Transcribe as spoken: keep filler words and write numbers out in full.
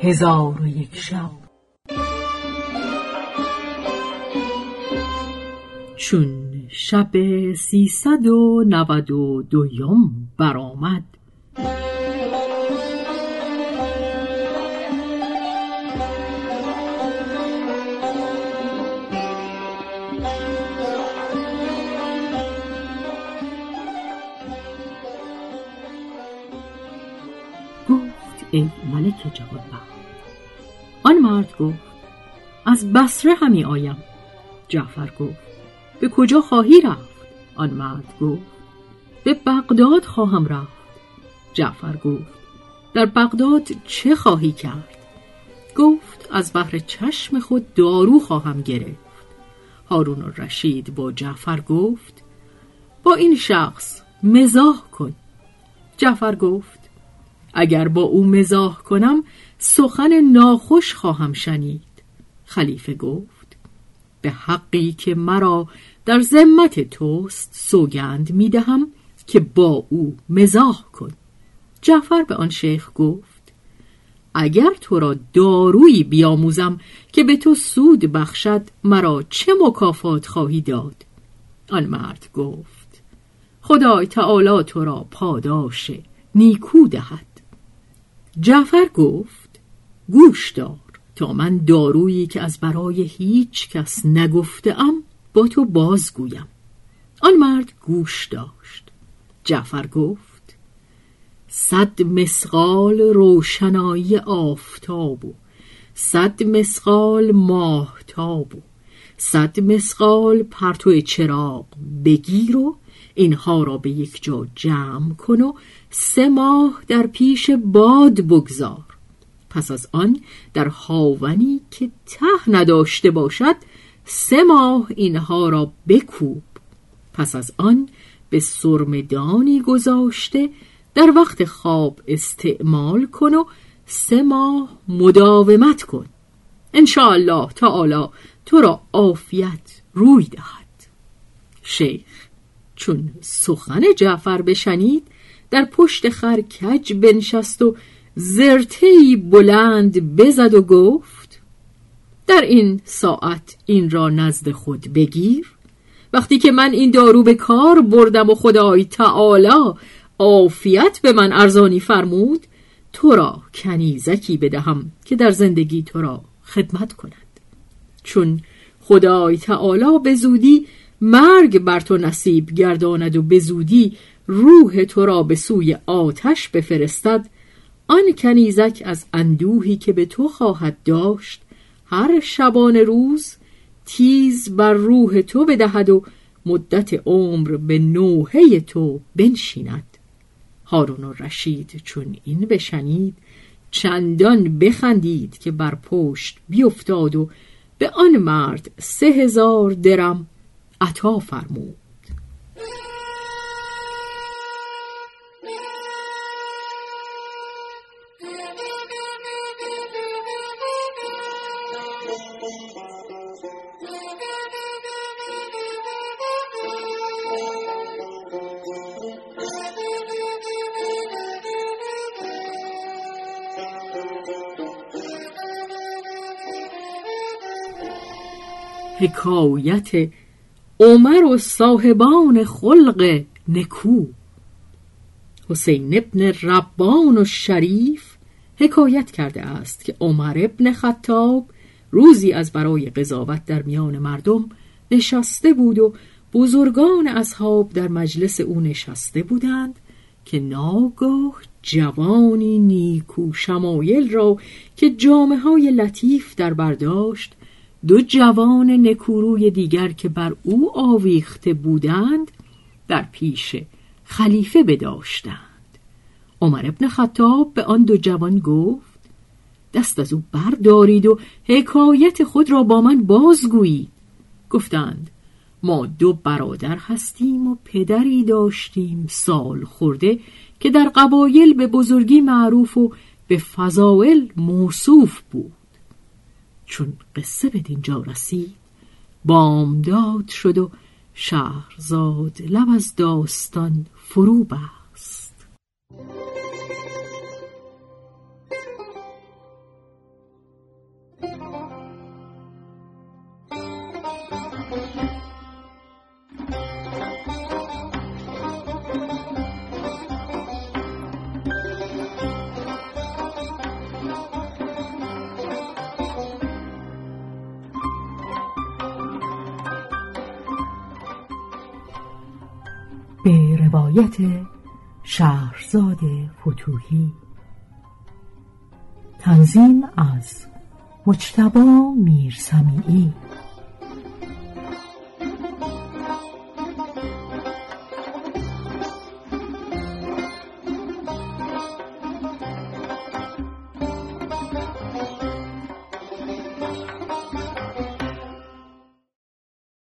هزار و یک شب. چون شب سیصد و نود و دویم برآمد، گفت ای ملک جوانبخت. آن مرد گفت از بصره همی آیم. جعفر گفت به کجا خواهی رفت؟ آن مرد گفت به بغداد خواهم رفت. جعفر گفت در بغداد چه خواهی کرد؟ گفت از بحر چشم خود دارو خواهم گرفت. هارون الرشید با جعفر گفت با این شخص مزاح کن. جعفر گفت اگر با او مزاح کنم سخن ناخوش خواهم شنید. خلیفه گفت به حقی که مرا در ذمت توست سوگند می دهم که با او مزاح کن. جعفر به آن شیخ گفت اگر تو را دارویی بیاموزم که به تو سود بخشد مرا چه مکافات خواهی داد؟ آن مرد گفت خدای تعالی تو را پاداش نیکو دهد. جعفر گفت گوش دار تا من دارویی که از برای هیچ کس نگفتم با تو بازگویم. آن مرد گوش داشت. جعفر گفت صد مسقال روشنایی آفتاب و صد مسقال ماهتاب و صد مسقال پرتو چراغ بگیر و اینها را به یک جا جمع کن و سه ماه در پیش باد بگذار. پس از آن در هاونی که ته نداشته باشد سه ماه اینها را بکوب. پس از آن به سرمدانی گذاشته در وقت خواب استعمال کن و سه ماه مداومت کن. انشاءالله تعالی تو را عافیت روی دهد. شیخ چون سخن جعفر بشنید در پشت خر کج بنشست و زرتهی بلند بزد و گفت در این ساعت این را نزد خود بگیر. وقتی که من این دارو به کار بردم و خدای تعالی عافیت به من ارزانی فرمود تو را کنیزکی بدهم که در زندگی تو را خدمت کند. چون خدای تعالی به زودی مرگ بر تو نصیب گرداند و به زودی روح تو را به سوی آتش بفرستد، آن کنیزک از اندوهی که به تو خواهد داشت هر شبانه روز تیز بر روح تو بدهد و مدت عمر به نوحه تو بنشیند. هارون الرشید چون این بشنید چندان بخندید که بر پشت بیفتاد و به آن مرد سه هزار درم عطا فرمود. حکایت عمر و صاحبان خلق نکو. حسین ابن ربان و شریف حکایت کرده است که عمر ابن خطاب روزی از برای قضاوت در میان مردم نشسته بود و بزرگان اصحاب در مجلس او نشسته بودند که ناگاه جوانی نیکو شمایل را که جامه های لطیف در برداشت دو جوان نکوروی دیگر که بر او آویخته بودند در پیش خلیفه بداشتند. عمر ابن خطاب به آن دو جوان گفت دست از او بردارید و حکایت خود را با من بازگویید. گفتند ما دو برادر هستیم و پدری داشتیم سال خورده که در قبایل به بزرگی معروف و به فضائل موصوف بود. چون قصه به دینجا رسید بامداد شد و شهرزاد لب از داستان فرو بست. به روایت شهرزاد فتوحی. تنظیم از مجتبی میرسمیعی.